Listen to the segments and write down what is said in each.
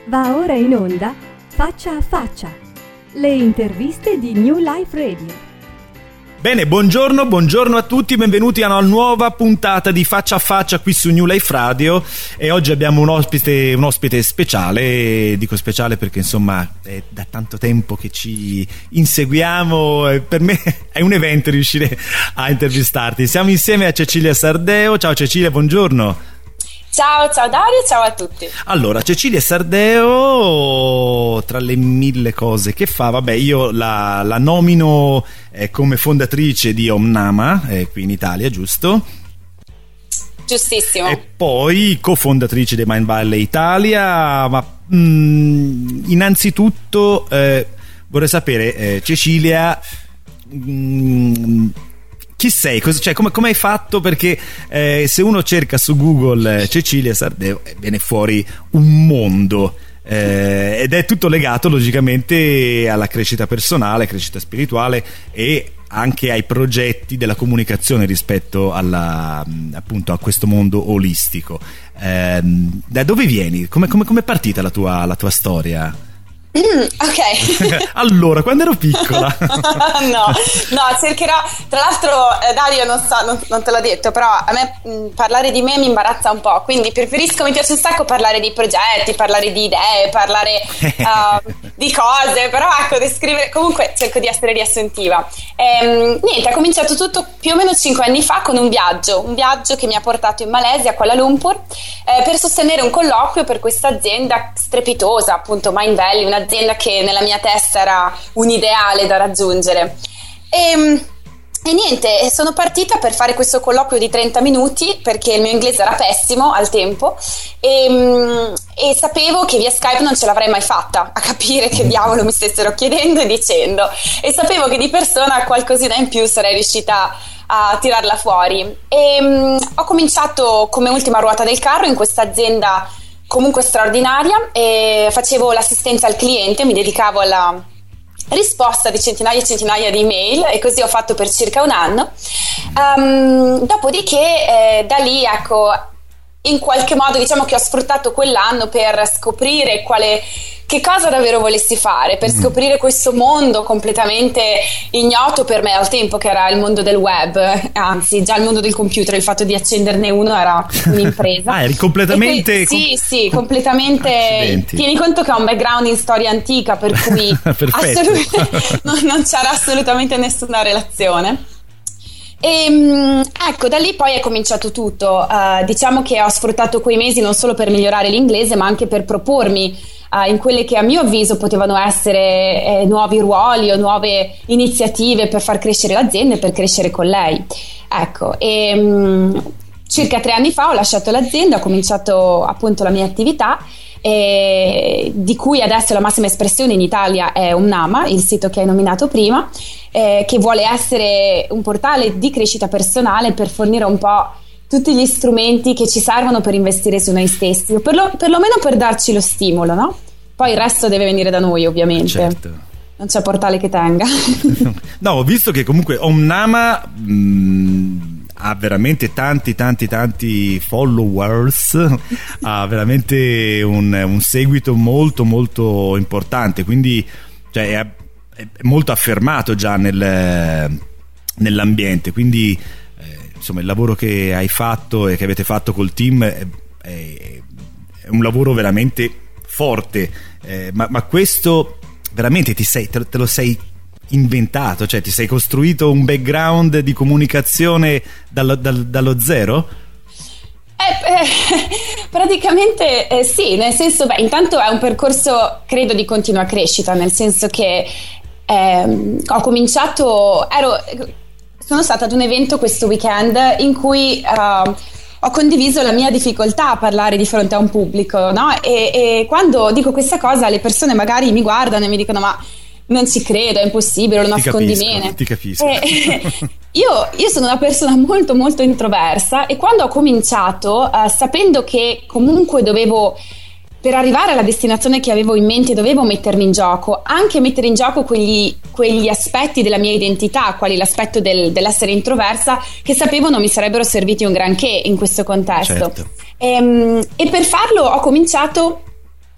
Va ora in onda Faccia a Faccia, le interviste di New Life Radio. Bene, buongiorno a tutti, benvenuti a una nuova puntata di Faccia a Faccia qui su New Life Radio. E oggi abbiamo un ospite speciale. Dico speciale perché insomma è da tanto tempo che ci inseguiamo e per me è un evento riuscire a intervistarti. Siamo insieme a Cecilia Sardeo. Ciao Cecilia, buongiorno. Ciao Dario, ciao a tutti. Allora, Cecilia Sardeo, tra le mille cose che fa, io la nomino come fondatrice di Omnama, qui in Italia, giusto? Giustissimo. E poi cofondatrice di Mind Valley Italia, ma innanzitutto vorrei sapere, Cecilia, chi sei? Come hai fatto? Perché se uno cerca su Google Cecilia Sardeo viene fuori un mondo ed è tutto legato logicamente alla crescita personale, crescita spirituale e anche ai progetti della comunicazione rispetto appunto a questo mondo olistico. Da dove vieni? Come è partita la tua storia? Ok. Allora, quando ero piccola no, cercherò. Tra l'altro Dario non te l'ho detto, però a me parlare di me mi imbarazza un po', quindi mi piace un sacco parlare di progetti, parlare di idee, parlare di cose, però ecco, descrivere, comunque cerco di essere riassuntiva. Niente, ha cominciato tutto più o meno 5 anni fa con un viaggio che mi ha portato in Malesia, a Kuala Lumpur, per sostenere un colloquio per questa azienda strepitosa, appunto Mind Valley, un'azienda che nella mia testa era un ideale da raggiungere. E niente, sono partita per fare questo colloquio di 30 minuti perché il mio inglese era pessimo al tempo e sapevo che via Skype non ce l'avrei mai fatta a capire che diavolo mi stessero chiedendo e dicendo, e sapevo che di persona qualcosina in più sarei riuscita a tirarla fuori. Ho cominciato come ultima ruota del carro in questa azienda comunque straordinaria, e facevo l'assistenza al cliente, mi dedicavo alla risposta di centinaia e centinaia di email, e così ho fatto per circa un anno. Dopodiché da lì, ecco, in qualche modo diciamo che ho sfruttato quell'anno per scoprire che cosa davvero volessi fare, per scoprire questo mondo completamente ignoto per me al tempo, che era il mondo del web, anzi già il mondo del computer, il fatto di accenderne uno era un'impresa. Eri completamente... Sì, completamente. Accidenti. Tieni conto che ho un background in storia antica, per cui non c'era assolutamente nessuna relazione. E ecco, da lì poi è cominciato tutto. Diciamo che ho sfruttato quei mesi non solo per migliorare l'inglese, ma anche per propormi in quelle che a mio avviso potevano essere nuovi ruoli o nuove iniziative per far crescere l'azienda e per crescere con lei. Ecco, circa 3 anni fa ho lasciato l'azienda, ho cominciato appunto la mia attività, di cui adesso la massima espressione in Italia è Omnama, il sito che hai nominato prima, che vuole essere un portale di crescita personale per fornire un po' tutti gli strumenti che ci servono per investire su noi stessi, o perlomeno per darci lo stimolo, no? Poi il resto deve venire da noi, ovviamente. Certo. Non c'è portale che tenga. No, ho visto che comunque Omnama ha veramente tanti followers, ha veramente un seguito molto molto importante, quindi è molto affermato già nell'ambiente, quindi insomma il lavoro che hai fatto e che avete fatto col team è un lavoro veramente forte, ma questo veramente te lo sei inventato, cioè ti sei costruito un background di comunicazione dallo zero? Praticamente sì, nel senso, intanto è un percorso credo di continua crescita, nel senso che ho cominciato, sono stata ad un evento questo weekend in cui ho condiviso la mia difficoltà a parlare di fronte a un pubblico, no? E quando dico questa cosa le persone magari mi guardano e mi dicono: ma non ci credo, è impossibile, lo nascondi bene. Ti capisco. Io sono una persona molto molto introversa, e quando ho cominciato, sapendo che comunque per arrivare alla destinazione che avevo in mente, dovevo mettermi in gioco, anche mettere in gioco quegli aspetti della mia identità, quali l'aspetto dell'essere introversa, che sapevo non mi sarebbero serviti un granché in questo contesto. Certo. E per farlo ho cominciato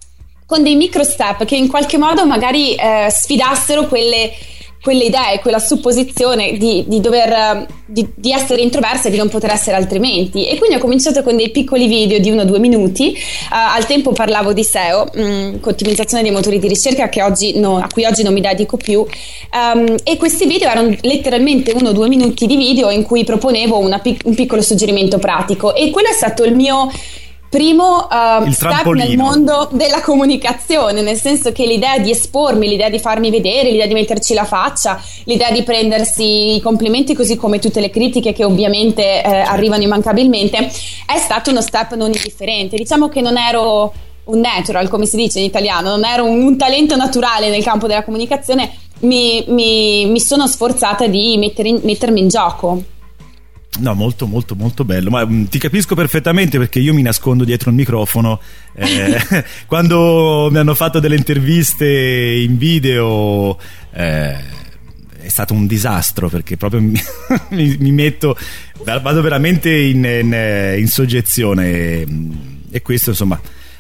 con dei micro step che in qualche modo magari sfidassero quelle idee, quella supposizione di dover di essere introversa e di non poter essere altrimenti. E quindi ho cominciato con dei piccoli video di 1 o 2 minuti. Al tempo parlavo di SEO, ottimizzazione dei motori di ricerca, a cui oggi non mi dedico più, e questi video erano letteralmente 1 o 2 minuti di video in cui proponevo un piccolo suggerimento pratico, e quello è stato il mio primo step nel mondo della comunicazione, nel senso che l'idea di espormi, l'idea di farmi vedere, l'idea di metterci la faccia, l'idea di prendersi i complimenti così come tutte le critiche che ovviamente arrivano immancabilmente, è stato uno step non indifferente. Diciamo che non ero un natural, come si dice in italiano, non ero un talento naturale nel campo della comunicazione, mi sono sforzata di mettermi in gioco. No, molto molto molto bello, ma ti capisco perfettamente, perché io mi nascondo dietro il microfono quando mi hanno fatto delle interviste in video, è stato un disastro, perché proprio mi metto, vado veramente in soggezione, e questo insomma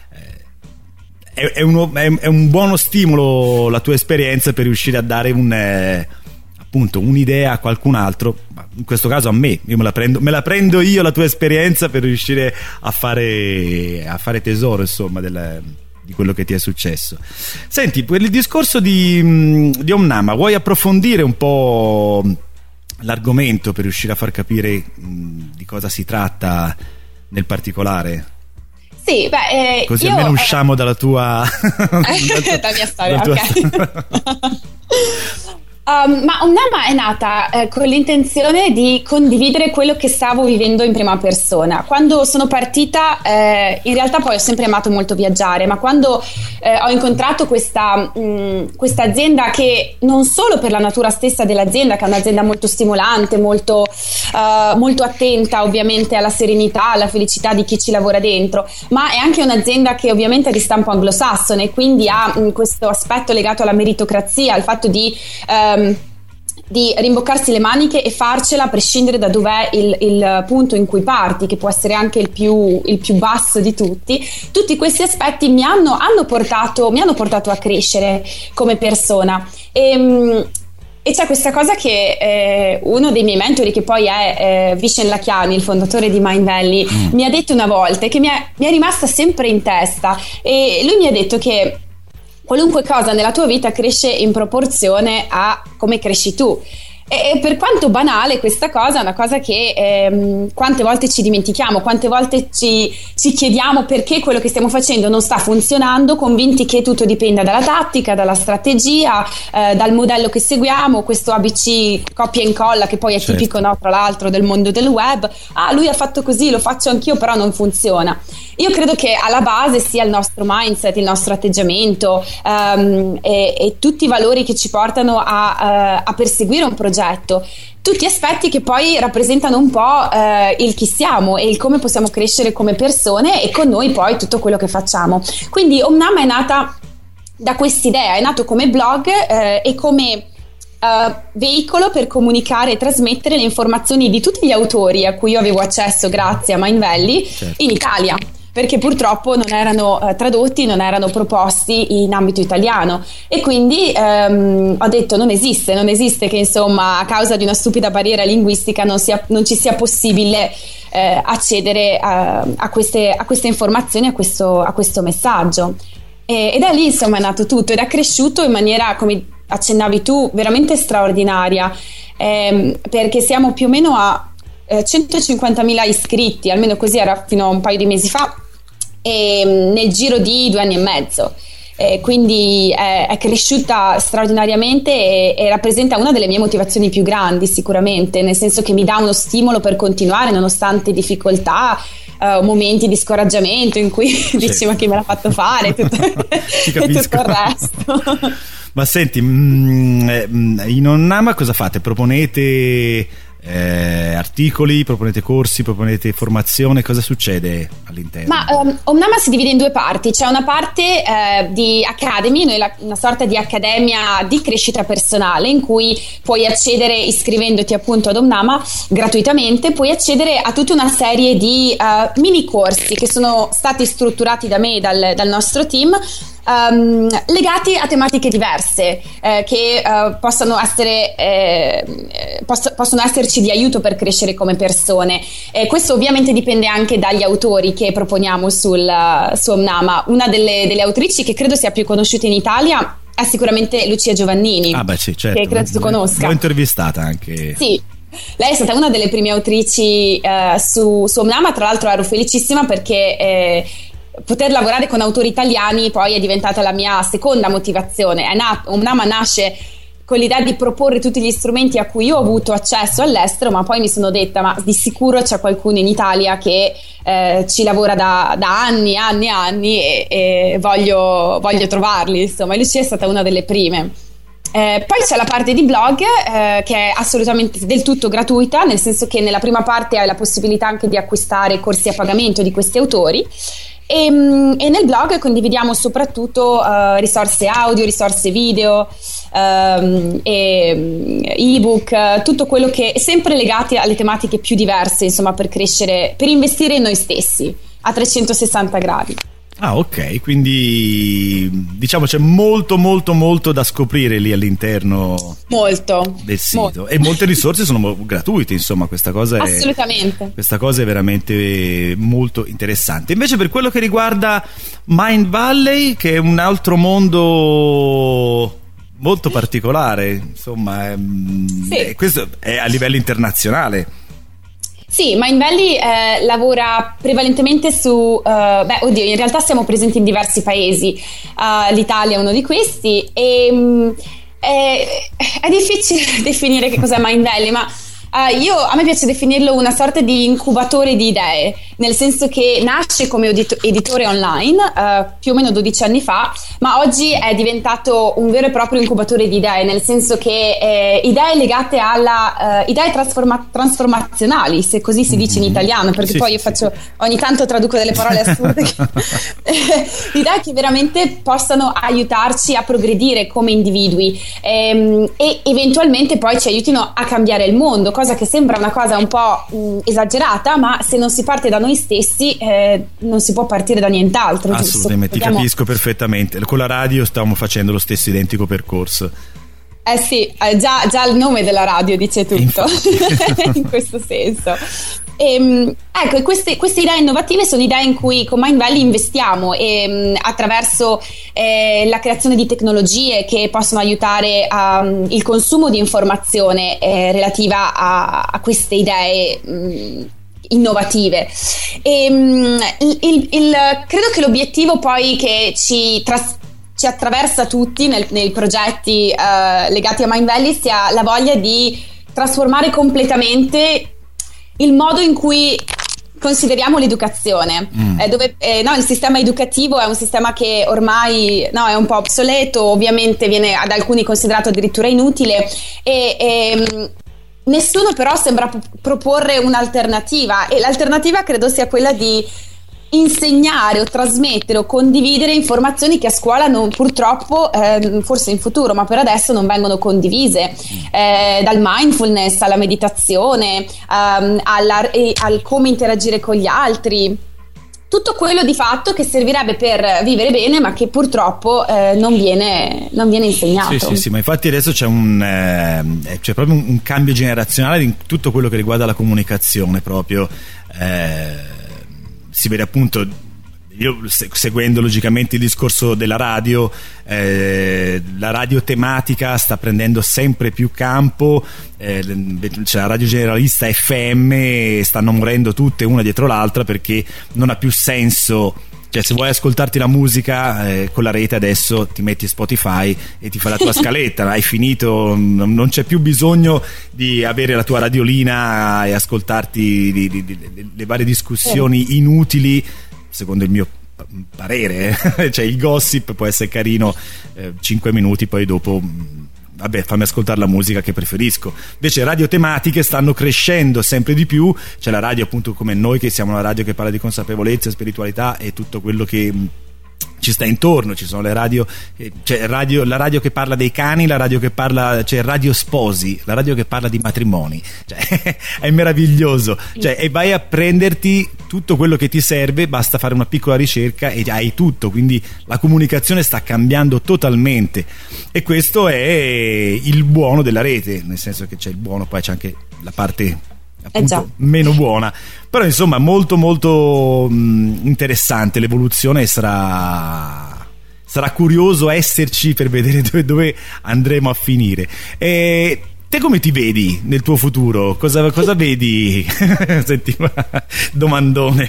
è un buono stimolo, la tua esperienza, per riuscire a dare appunto un'idea a qualcun altro, in questo caso a me. Io me la prendo io, la tua esperienza, per riuscire a fare tesoro, insomma, di quello che ti è successo. Senti, per il discorso di Omnama, vuoi approfondire un po' l'argomento per riuscire a far capire di cosa si tratta nel particolare? Sì, così almeno usciamo dalla tua dalla mia storia, ok. Ma Omnama è nata con l'intenzione di condividere quello che stavo vivendo in prima persona. Quando sono partita, in realtà poi ho sempre amato molto viaggiare, ma quando ho incontrato questa azienda, che non solo per la natura stessa dell'azienda, che è un'azienda molto stimolante, molto attenta ovviamente alla serenità, alla felicità di chi ci lavora dentro, ma è anche un'azienda che ovviamente è di stampo anglosassone, quindi ha questo aspetto legato alla meritocrazia, al fatto di rimboccarsi le maniche e farcela a prescindere da dov'è il punto in cui parti, che può essere anche il più basso di tutti. Tutti questi aspetti mi hanno portato a crescere come persona, e c'è questa cosa che uno dei miei mentori, che poi è Vishen Lakhiani, il fondatore di Mindvalley, mi ha detto una volta, che mi è rimasta sempre in testa, e lui mi ha detto che qualunque cosa nella tua vita cresce in proporzione a come cresci tu. E per quanto banale questa cosa, è una cosa che quante volte ci dimentichiamo, quante volte ci chiediamo perché quello che stiamo facendo non sta funzionando, convinti che tutto dipenda dalla tattica, dalla strategia, dal modello che seguiamo, questo ABC copia e incolla, che poi è tipico, no, tra l'altro, del mondo del web. Lui ha fatto così, lo faccio anch'io, però non funziona. Io credo che alla base sia il nostro mindset, il nostro atteggiamento, e tutti i valori che ci portano a perseguire un progetto, tutti aspetti che poi rappresentano un po' il chi siamo e il come possiamo crescere come persone, e con noi poi tutto quello che facciamo. Quindi Omnama è nata da quest'idea, è nato come blog e come veicolo per comunicare e trasmettere le informazioni di tutti gli autori a cui io avevo accesso grazie a Mindvalley in Italia, perché purtroppo non erano tradotti, non erano proposti in ambito italiano, e quindi ho detto non esiste che insomma a causa di una stupida barriera linguistica non ci sia possibile accedere a queste informazioni, a questo messaggio, e da lì insomma è nato tutto, ed è cresciuto in maniera, come accennavi tu, veramente straordinaria, perché siamo più o meno a 150.000 iscritti, almeno così era fino a un paio di mesi fa, nel giro di 2 anni e mezzo. Quindi è cresciuta straordinariamente e rappresenta una delle mie motivazioni più grandi, sicuramente, nel senso che mi dà uno stimolo per continuare nonostante difficoltà, momenti di scoraggiamento in cui dici ma chi me l'ha fatto fare, e tutto il resto. Ma senti, in Omnama cosa fate? Proponete articoli, proponete corsi, proponete formazione? Cosa succede all'interno? Ma Omnama si divide in 2 parti. C'è una parte di Academy, noi una sorta di accademia di crescita personale, in cui puoi accedere iscrivendoti appunto ad Omnama gratuitamente, puoi accedere a tutta una serie di mini corsi che sono stati strutturati da me, dal nostro team, legati a tematiche diverse che possono esserci di aiuto per crescere come persone. Questo ovviamente dipende anche dagli autori che proponiamo su Omnama. Una delle autrici che credo sia più conosciuta in Italia è sicuramente Lucia Giovannini. Ah beh sì, certo. Che credo tu conosca. L'ho intervistata anche. Sì, lei è stata una delle prime autrici su Omnama. Tra l'altro ero felicissima perché poter lavorare con autori italiani poi è diventata la mia seconda motivazione. Omnama nasce con l'idea di proporre tutti gli strumenti a cui io ho avuto accesso all'estero, ma poi mi sono detta, ma di sicuro c'è qualcuno in Italia che ci lavora da anni e voglio trovarli, insomma. E Lucia è stata una delle prime. Poi c'è la parte di blog che è assolutamente del tutto gratuita, nel senso che nella prima parte hai la possibilità anche di acquistare corsi a pagamento di questi autori. E nel blog condividiamo soprattutto risorse audio, risorse video, ebook, tutto quello che è sempre legati alle tematiche più diverse, insomma, per crescere, per investire in noi stessi a 360 gradi. Ah, ok, quindi diciamo c'è molto da scoprire lì all'interno del sito. Molto. E molte risorse sono gratuite, insomma, questa cosa assolutamente. Questa cosa è veramente molto interessante. Invece per quello che riguarda Mindvalley, che è un altro mondo molto particolare, insomma, sì. Questo è a livello internazionale. Sì, Mindvalley lavora prevalentemente su in realtà siamo presenti in diversi paesi, l'Italia è uno di questi e è difficile definire che cos'è Mindvalley, ma a me piace definirlo una sorta di incubatore di idee, nel senso che nasce come editore online più o meno 12 anni fa, ma oggi è diventato un vero e proprio incubatore di idee, nel senso che idee legate alla idee trasformazionali, se così si dice in italiano, perché sì, poi io faccio ogni tanto traduco delle parole assurde idee che veramente possano aiutarci a progredire come individui e eventualmente poi ci aiutino a cambiare il mondo, cosa che sembra una cosa un po' esagerata, ma se non si parte da noi stessi non si può partire da nient'altro. Assolutamente, ti capisco perfettamente. Con la radio stiamo facendo lo stesso identico percorso. Sì, già il nome della radio dice tutto in questo senso. Ecco, queste idee innovative sono idee in cui con Mindvalley investiamo attraverso la creazione di tecnologie che possono aiutare il consumo di informazione relativa a queste idee innovative. Credo che l'obiettivo poi che ci attraversa tutti nei progetti legati a Mindvalley sia la voglia di trasformare completamente il modo in cui consideriamo l'educazione, dove il sistema educativo è un sistema che ormai è un po' obsoleto, ovviamente viene ad alcuni considerato addirittura inutile e nessuno però sembra proporre un'alternativa, e l'alternativa credo sia quella di insegnare o trasmettere o condividere informazioni che a scuola purtroppo forse in futuro, ma per adesso non vengono condivise, dal mindfulness alla meditazione, al come interagire con gli altri, tutto quello di fatto che servirebbe per vivere bene ma che purtroppo non viene insegnato. Sì, ma infatti adesso c'è proprio un cambio generazionale in tutto quello che riguarda la comunicazione proprio. Si vede appunto, io seguendo logicamente il discorso della radio, la radio tematica sta prendendo sempre più campo, c'è la radio generalista FM, stanno morendo tutte una dietro l'altra perché non ha più senso. Cioè, se vuoi ascoltarti la musica con la rete adesso ti metti Spotify e ti fai la tua scaletta, hai finito, non c'è più bisogno di avere la tua radiolina e ascoltarti le varie discussioni inutili, secondo il mio parere. Cioè, il gossip può essere carino 5 minuti, poi dopo vabbè, fammi ascoltare la musica che preferisco. Invece radio tematiche stanno crescendo sempre di più. C'è la radio appunto come noi, che siamo una radio che parla di consapevolezza, spiritualità e tutto quello che ci sta intorno, ci sono le radio, cioè la radio che parla dei cani, la radio che parla, cioè Radio Sposi, la radio che parla di matrimoni, cioè, è meraviglioso, cioè, e vai a prenderti tutto quello che ti serve, basta fare una piccola ricerca e hai tutto, quindi la comunicazione sta cambiando totalmente, e questo è il buono della rete, nel senso che c'è il buono, poi c'è anche la parte appunto meno buona, però insomma molto molto interessante l'evoluzione, sarà curioso esserci per vedere dove andremo a finire. E te come ti vedi nel tuo futuro? Cosa vedi? Senti, domandone.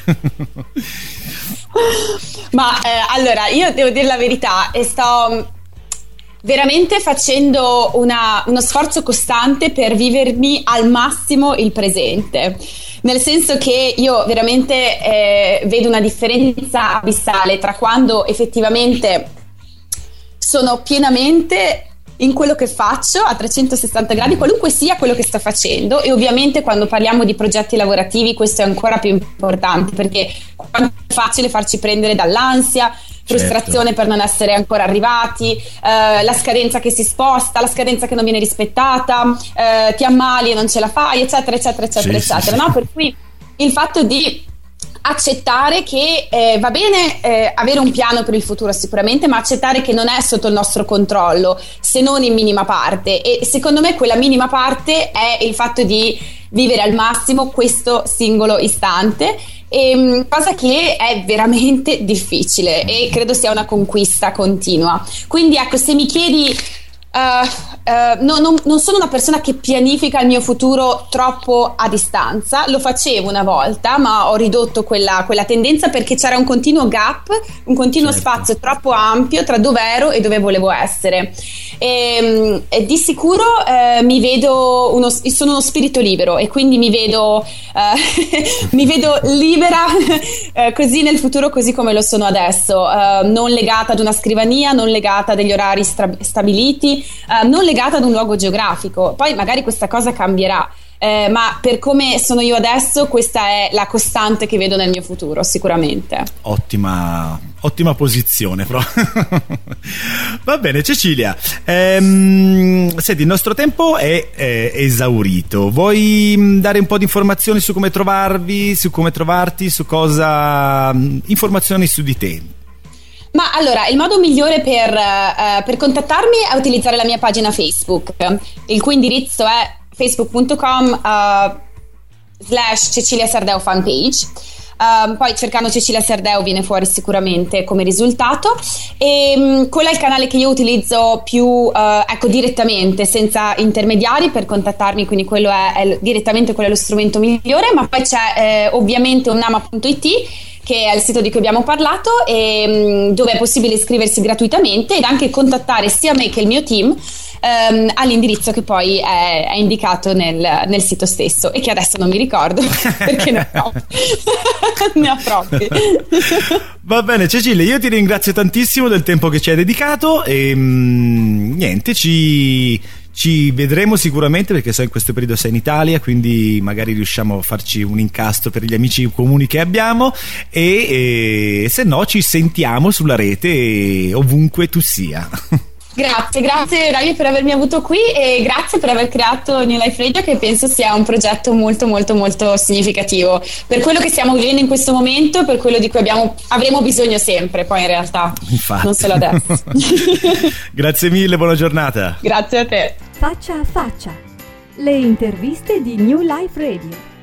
Ma allora, io devo dire la verità e sto veramente facendo uno sforzo costante per vivermi al massimo il presente, nel senso che io veramente vedo una differenza abissale tra quando effettivamente sono pienamente in quello che faccio a 360 gradi, qualunque sia quello che sto facendo, e ovviamente quando parliamo di progetti lavorativi questo è ancora più importante, perché è facile farci prendere dall'ansia, frustrazione per non essere ancora arrivati, la scadenza che si sposta, la scadenza che non viene rispettata, ti ammali e non ce la fai, eccetera eccetera eccetera eccetera, no? Per cui il fatto di accettare che va bene avere un piano per il futuro sicuramente, ma accettare che non è sotto il nostro controllo, se non in minima parte, e secondo me quella minima parte è il fatto di vivere al massimo questo singolo istante, cosa che è veramente difficile e credo sia una conquista continua. Quindi ecco, se mi chiedi non sono una persona che pianifica il mio futuro troppo a distanza, lo facevo una volta ma ho ridotto quella tendenza perché c'era un continuo gap, un continuo spazio troppo ampio tra dove ero e dove volevo essere, e di sicuro mi vedo sono uno spirito libero e quindi mi vedo libera così nel futuro, così come lo sono adesso, non legata ad una scrivania, non legata a degli orari stabiliti, non legata ad un luogo geografico. Poi magari questa cosa cambierà, ma per come sono io adesso questa è la costante che vedo nel mio futuro sicuramente. Ottima posizione proprio. Va bene Cecilia, senti, il nostro tempo è esaurito. Vuoi dare un po' di informazioni su come trovarvi, su come trovarti, su cosa, informazioni su di te? Ma allora, il modo migliore per contattarmi è utilizzare la mia pagina Facebook, il cui indirizzo è facebook.com/Cecilia Sardeo fanpage. Poi cercando Cecilia Sardeo viene fuori sicuramente come risultato, e quello è il canale che io utilizzo più direttamente, senza intermediari, per contattarmi, quindi quello è direttamente quello è lo strumento migliore. Ma poi c'è ovviamente unnama.it, che è il sito di cui abbiamo parlato, e dove è possibile iscriversi gratuitamente ed anche contattare sia me che il mio team all'indirizzo che poi è indicato nel sito stesso, e che adesso non mi ricordo perché ne ho troppi. Va bene Cecilia, io ti ringrazio tantissimo del tempo che ci hai dedicato, e niente, ci vedremo sicuramente, perché so in questo periodo sei in Italia, quindi magari riusciamo a farci un incastro per gli amici comuni che abbiamo, e se no ci sentiamo sulla rete ovunque tu sia. Grazie Davide per avermi avuto qui, e grazie per aver creato New Life Radio, che penso sia un progetto molto molto molto significativo per quello che stiamo vivendo in questo momento, per quello di cui avremo bisogno sempre, poi in realtà. Infatti. Non solo adesso. Grazie mille, buona giornata. Grazie a te. Faccia a faccia, le interviste di New Life Radio.